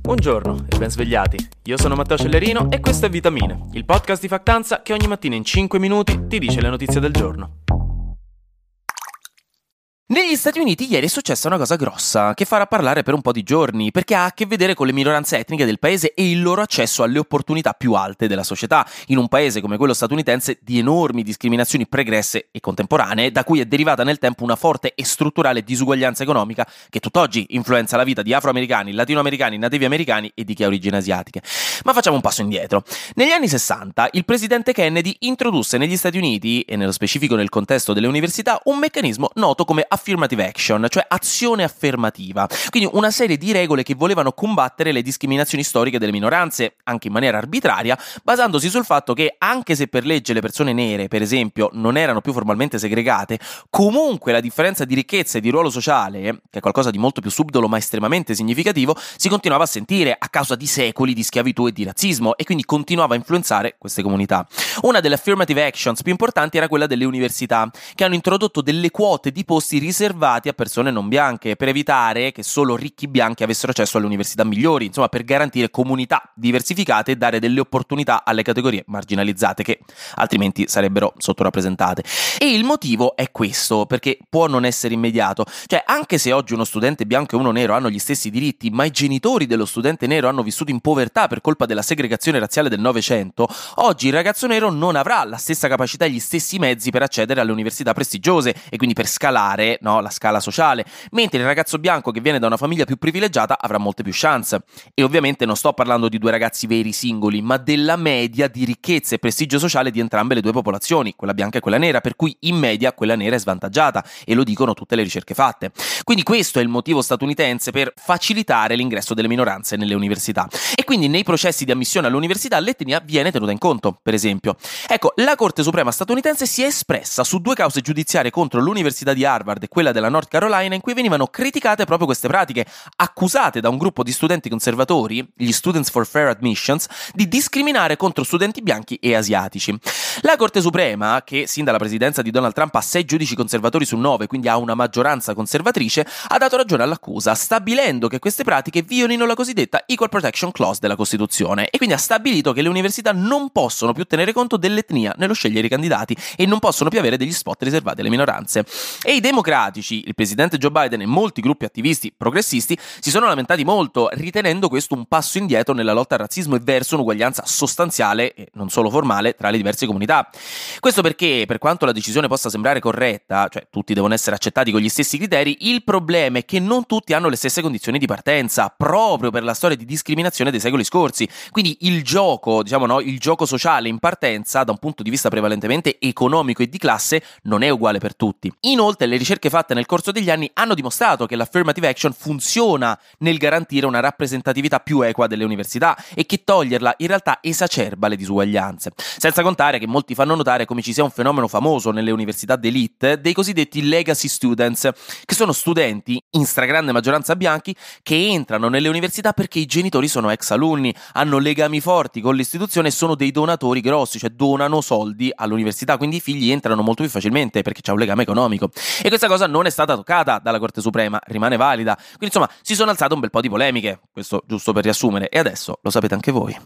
Buongiorno e ben svegliati. Io sono Matteo Cellerino e questo è Vitamine, il podcast di Factanza che ogni mattina in 5 minuti ti dice le notizie del giorno. Negli Stati Uniti ieri è successa una cosa grossa che farà parlare per un po' di giorni perché ha a che vedere con le minoranze etniche del paese e il loro accesso alle opportunità più alte della società, in un paese come quello statunitense di enormi discriminazioni pregresse e contemporanee, da cui è derivata nel tempo una forte e strutturale disuguaglianza economica che tutt'oggi influenza la vita di afroamericani, latinoamericani, nativi americani e di chi ha origini asiatiche. Ma facciamo un passo indietro. Negli anni 60 il presidente Kennedy introdusse negli Stati Uniti, e nello specifico nel contesto delle università, un meccanismo noto come affirmative action, cioè azione affermativa, quindi una serie di regole che volevano combattere le discriminazioni storiche delle minoranze, anche in maniera arbitraria, basandosi sul fatto che anche se per legge le persone nere, per esempio, non erano più formalmente segregate, comunque la differenza di ricchezza e di ruolo sociale, che è qualcosa di molto più subdolo ma estremamente significativo, si continuava a sentire a causa di secoli di schiavitù e di razzismo e quindi continuava a influenzare queste comunità. Una delle affirmative actions più importanti era quella delle università, che hanno introdotto delle quote di posti riservati a persone non bianche per evitare che solo ricchi bianchi avessero accesso alle università migliori, insomma per garantire comunità diversificate e dare delle opportunità alle categorie marginalizzate che altrimenti sarebbero sottorappresentate. E il motivo è questo, perché può non essere immediato, cioè anche se oggi uno studente bianco e uno nero hanno gli stessi diritti, ma i genitori dello studente nero hanno vissuto in povertà per colpa della segregazione razziale del Novecento, oggi il ragazzo nero non avrà la stessa capacità e gli stessi mezzi per accedere alle università prestigiose e quindi per scalare la scala sociale, mentre il ragazzo bianco che viene da una famiglia più privilegiata avrà molte più chance. E ovviamente non sto parlando di due ragazzi veri singoli, ma della media di ricchezza e prestigio sociale di entrambe le due popolazioni, quella bianca e quella nera, per cui in media quella nera è svantaggiata, e lo dicono tutte le ricerche fatte. Quindi questo è il motivo statunitense per facilitare l'ingresso delle minoranze nelle università. E quindi nei processi di ammissione all'università l'etnia viene tenuta in conto, per esempio. Ecco, la Corte Suprema statunitense si è espressa su 2 cause giudiziarie contro l'Università di Harvard e quella della North Carolina in cui venivano criticate proprio queste pratiche, accusate da un gruppo di studenti conservatori, gli Students for Fair Admissions, di discriminare contro studenti bianchi e asiatici. La Corte Suprema, che sin dalla presidenza di Donald Trump ha 6 giudici conservatori su 9, quindi ha una maggioranza conservatrice, ha dato ragione all'accusa, stabilendo che queste pratiche violino la cosiddetta Equal Protection Clause della Costituzione, e quindi ha stabilito che le università non possono più tenere conto dell'etnia nello scegliere i candidati e non possono più avere degli spot riservati alle minoranze. E i democratici, il presidente Joe Biden e molti gruppi attivisti progressisti si sono lamentati molto, ritenendo questo un passo indietro nella lotta al razzismo e verso un'uguaglianza sostanziale e non solo formale tra le diverse comunità. Questo perché, per quanto la decisione possa sembrare corretta, cioè tutti devono essere accettati con gli stessi criteri, il problema è che non tutti hanno le stesse condizioni di partenza, proprio per la storia di discriminazione dei secoli scorsi. Quindi il gioco, il gioco sociale in partenza, da un punto di vista prevalentemente economico e di classe, non è uguale per tutti. Inoltre, le ricerche fatte nel corso degli anni hanno dimostrato che l'affirmative action funziona nel garantire una rappresentatività più equa delle università e che toglierla in realtà esacerba le disuguaglianze. Senza contare che molti fanno notare come ci sia un fenomeno famoso nelle università d'élite dei cosiddetti legacy students, che sono studenti, in stragrande maggioranza bianchi, che entrano nelle università perché i genitori sono ex alunni, hanno legami forti con l'istituzione e sono dei donatori grossi, cioè donano soldi all'università, quindi i figli entrano molto più facilmente perché c'è un legame economico. E questa cosa non è stata toccata dalla Corte Suprema, rimane valida. Quindi insomma si sono alzate un bel po' di polemiche, questo giusto per riassumere, e adesso lo sapete anche voi.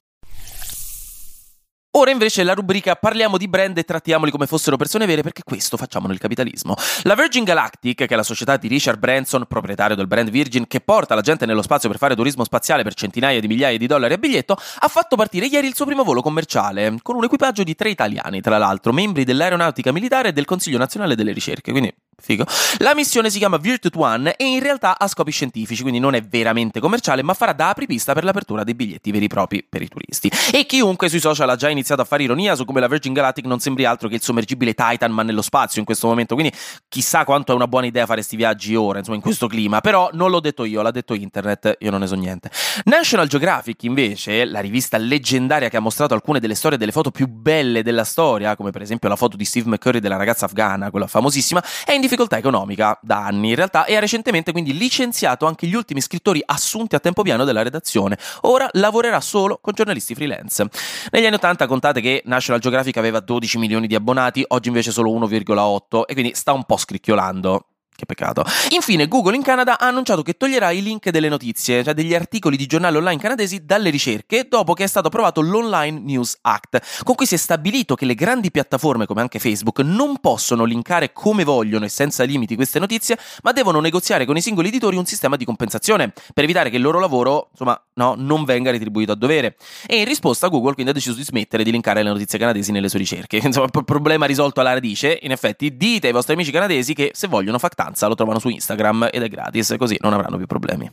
Ora invece la rubrica parliamo di brand e trattiamoli come fossero persone vere, perché questo facciamo nel capitalismo. La Virgin Galactic, che è la società di Richard Branson, proprietario del brand Virgin, che porta la gente nello spazio per fare turismo spaziale per centinaia di migliaia di dollari a biglietto, ha fatto partire ieri il suo primo volo commerciale, con un equipaggio di 3 italiani, tra l'altro, membri dell'Aeronautica Militare e del Consiglio Nazionale delle Ricerche, quindi figo. La missione si chiama Virtute One e in realtà ha scopi scientifici, quindi non è veramente commerciale, ma farà da apripista per l'apertura dei biglietti veri e propri per i turisti. E chiunque sui social ha già iniziato a fare ironia su come la Virgin Galactic non sembri altro che il sommergibile Titan, ma nello spazio in questo momento, quindi chissà quanto è una buona idea fare sti viaggi ora, insomma, in questo clima. Però non l'ho detto io, l'ha detto internet, io non ne so niente. National Geographic, invece, la rivista leggendaria che ha mostrato alcune delle storie delle foto più belle della storia, come per esempio la foto di Steve McCurry della ragazza afghana, quella famosissima, è in difficoltà economica da anni in realtà, e ha recentemente quindi licenziato anche gli ultimi scrittori assunti a tempo pieno della redazione. Ora lavorerà solo con giornalisti freelance. Negli anni 80 contate che National Geographic aveva 12 milioni di abbonati, oggi invece solo 1,8, e quindi sta un po' scricchiolando. Che peccato. Infine, Google in Canada ha annunciato che toglierà i link delle notizie, cioè degli articoli di giornali online canadesi, dalle ricerche, dopo che è stato approvato l'Online News Act, con cui si è stabilito che le grandi piattaforme come anche Facebook non possono linkare come vogliono e senza limiti queste notizie, ma devono negoziare con i singoli editori un sistema di compensazione per evitare che il loro lavoro, non venga retribuito a dovere. E in risposta Google quindi ha deciso di smettere di linkare le notizie canadesi nelle sue ricerche. Insomma, problema risolto alla radice. In effetti, dite ai vostri amici canadesi che se vogliono Factanza lo trovano su Instagram ed è gratis, così non avranno più problemi.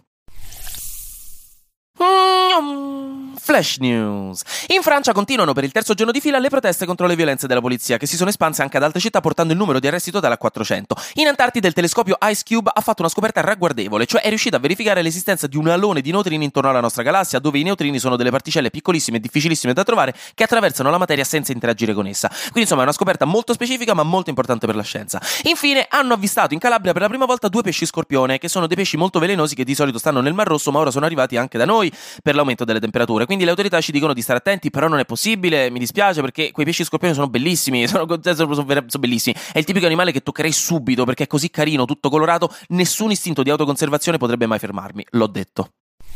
Flash News. In Francia continuano per il terzo giorno di fila le proteste contro le violenze della polizia, che si sono espanse anche ad altre città portando il numero di arresti totale a 400. In Antartide il telescopio IceCube ha fatto una scoperta ragguardevole, cioè è riuscito a verificare l'esistenza di un alone di neutrini intorno alla nostra galassia, dove i neutrini sono delle particelle piccolissime e difficilissime da trovare che attraversano la materia senza interagire con essa. Quindi insomma è una scoperta molto specifica ma molto importante per la scienza. Infine hanno avvistato in Calabria per la prima volta 2 pesci scorpione, che sono dei pesci molto velenosi che di solito stanno nel Mar Rosso, ma ora sono arrivati anche da noi per l'aumento delle temperature. Quindi le autorità ci dicono di stare attenti, però non è possibile, mi dispiace, perché quei pesci scorpione sono bellissimi, sono bellissimi. È il tipico animale che toccherei subito perché è così carino, tutto colorato, nessun istinto di autoconservazione potrebbe mai fermarmi, l'ho detto.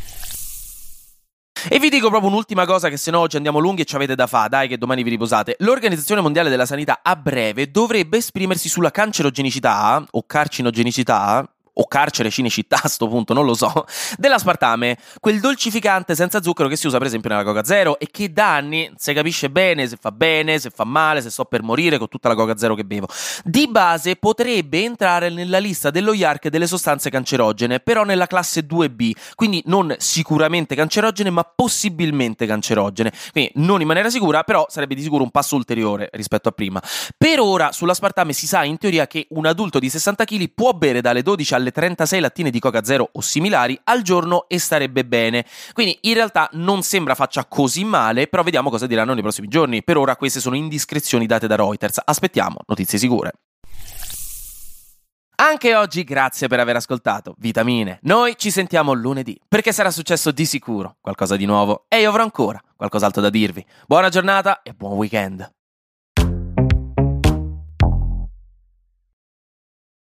E vi dico proprio un'ultima cosa, che se no oggi andiamo lunghi e ci avete da fa, dai che domani vi riposate. L'Organizzazione Mondiale della Sanità a breve dovrebbe esprimersi sulla cancerogenicità o carcinogenicità o carcere cinecittà a sto punto, non lo so, dell'aspartame, quel dolcificante senza zucchero che si usa per esempio nella Coca Zero e che da anni si capisce bene, se fa male, se sto per morire con tutta la Coca Zero che bevo. Di base potrebbe entrare nella lista dello IARC delle sostanze cancerogene, però nella classe 2B, quindi non sicuramente cancerogene ma possibilmente cancerogene, quindi non in maniera sicura, però sarebbe di sicuro un passo ulteriore rispetto a prima. Per ora sull'aspartame si sa in teoria che un adulto di 60 kg può bere dalle 12 alle 36 lattine di Coca Zero o similari al giorno e starebbe bene. Quindi in realtà non sembra faccia così male, però vediamo cosa diranno nei prossimi giorni. Per ora queste sono indiscrezioni date da Reuters. Aspettiamo notizie sicure. Anche oggi grazie per aver ascoltato Vitamine. Noi ci sentiamo lunedì, perché sarà successo di sicuro qualcosa di nuovo e io avrò ancora qualcos'altro da dirvi. Buona giornata e buon weekend.